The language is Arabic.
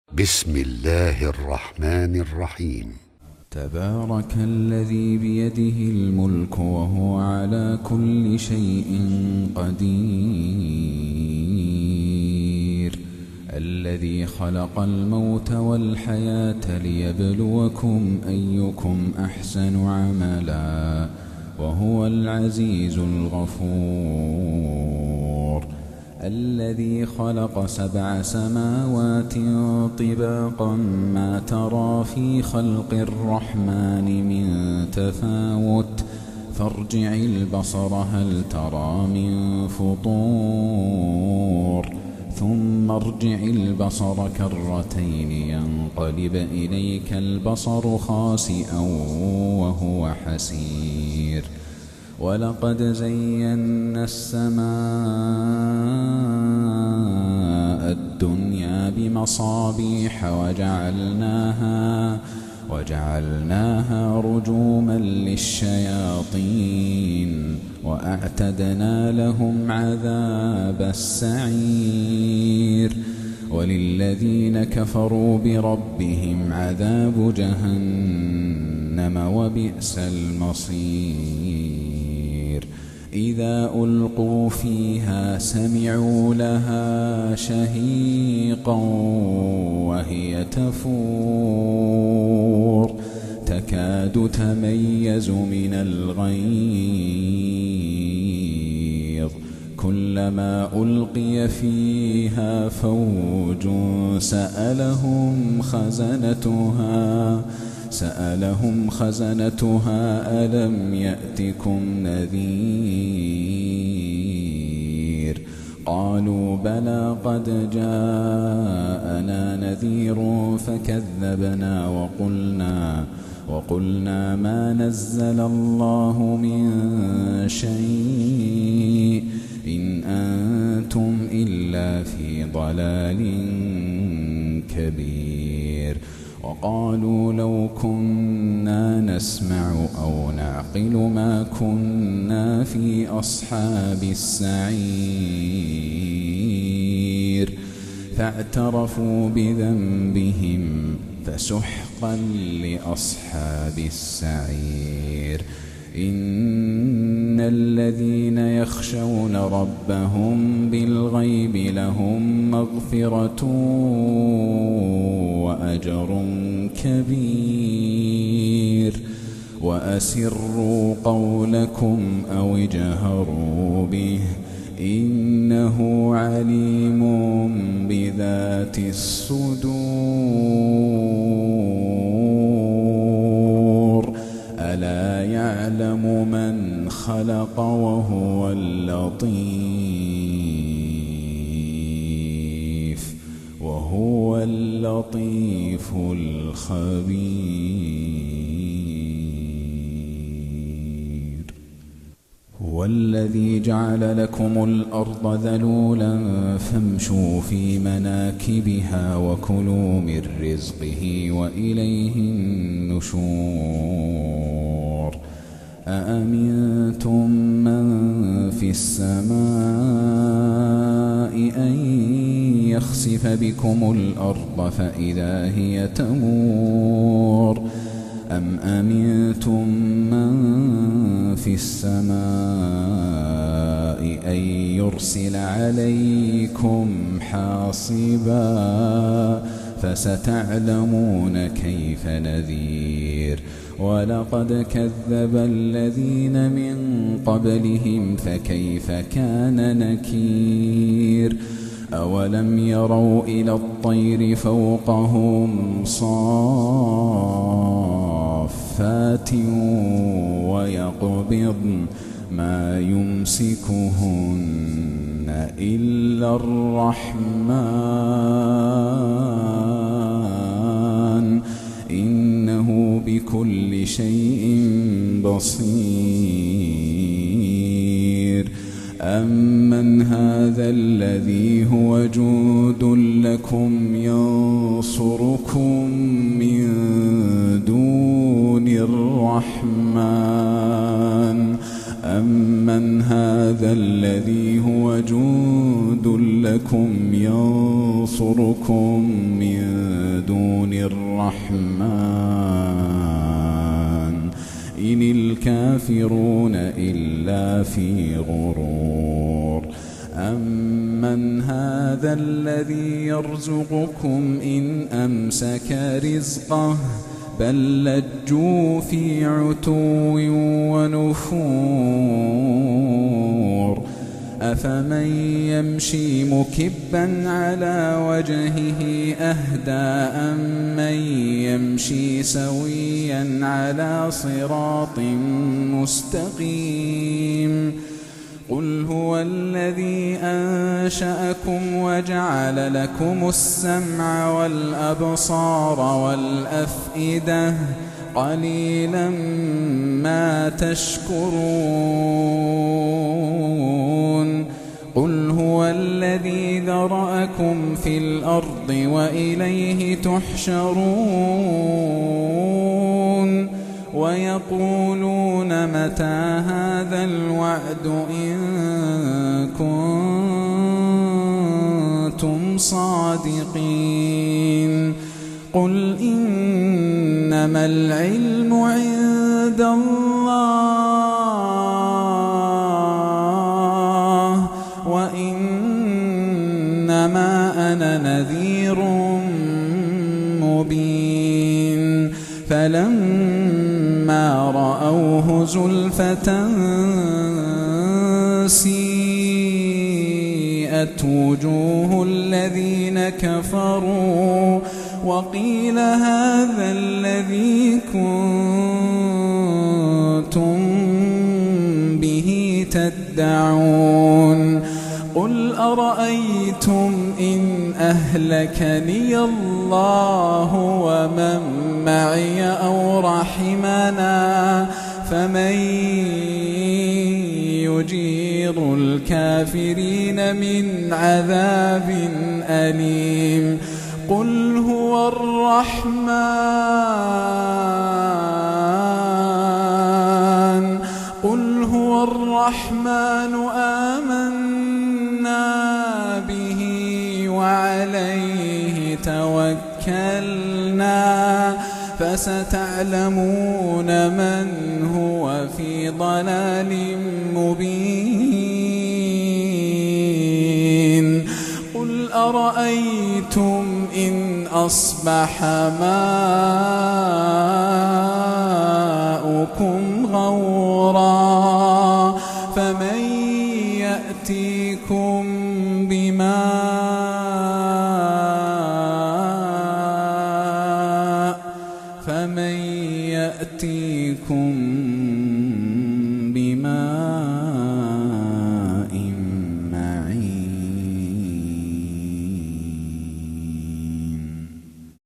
بسم الله الرحمن الرحيم. تبارك الذي بيده الملك وهو على كل شيء قدير، الذي خلق الموت والحياة ليبلوكم أيكم أحسن عملا وهو العزيز الغفور، الذي خلق 7 سماوات طباقا ما ترى في خلق الرحمن من تفاوت فارجع البصر هل ترى من فطور ثم ارجع البصر كرتين ينقلب إليك البصر خاسئا وهو حسير، ولقد زينا السماء الدنيا بمصابيح وجعلناها رجوما للشياطين وأعتدنا لهم عذاب السعير، وللذين كفروا بربهم عذاب جهنم وبئس المصير. إذا ألقوا فيها سمعوا لها شهيقا وهي تفور تكاد تميز من الغيظ، كلما ألقي فيها فوج سألهم خزنتها ألم يأتكم نذير؟ قالوا بلى قد جاءنا نذير فكذبنا وقلنا ما نزل الله من شيء إن أنتم إلا في ضلال كبير. وقالوا لو كنا نسمع أو نعقل ما كنا في أصحاب السعير، فاعترفوا بذنبهم فسحقا لأصحاب السعير. إن الذين يخشون ربهم بالغيب لهم مغفرة وأجر كبير، وأسروا قولكم أو اجهروا به إنه عليم بذات الصدور. ألا يعلم من خلق وهو اللطيف الخبير. هو الذي جعل لكم الأرض ذلولا فامشوا في مناكبها وكلوا من رزقه وإليه النشور. أأمنتم من في السماء أن يخسف بكم الأرض فإذا هي تمور، أم أمنتم من في السماء أن يرسل عليكم حاصبا فستعلمون كيف نذير. ولقد كذب الذين من قبلهم فكيف كان نكير. أولم يروا إلى الطير فوقهم صافات ويقبضن ما يمسكهن إلا الرحمن إنه بكل شيء بصير. أمن هذا الذي هو جند لكم ينصركم من دون الرحمن أمن هذا الذي هو جند لكم ينصركم من الرحمن إن الكافرون إلا في غرور أمن هذا الذي يرزقكم إن أمسك رزقه بل لجوا في عتو ونفور أفمن يمشي مكبا على وجهه أهدى أمن يمشي سويا على صراط مستقيم قل هو الذي أنشأكم وجعل لكم السمع والأبصار والأفئدة قليلا ما تشكرون قل هو الذي ذرأكم في الأرض وإليه تحشرون ويقولون متى هذا الوعد إن كنتم صادقين قل إنما العلم عند الله وإنما أنا نذير مبين فلما رأوه زلفة سيئت وجوه الذين كفروا وقيل هذا الذي كنتم به تدعون قل أرأيتم إن أهلكني الله ومن معي أو رحمنا فمن يجير الكافرين من عذاب أليم قل هو الرحمن آمنا به وعليه توكلنا فستعلمون من هو في ضلال مبين قل أرأيتم إن أصبح ماؤكم غورا فمن يأتيكم بماء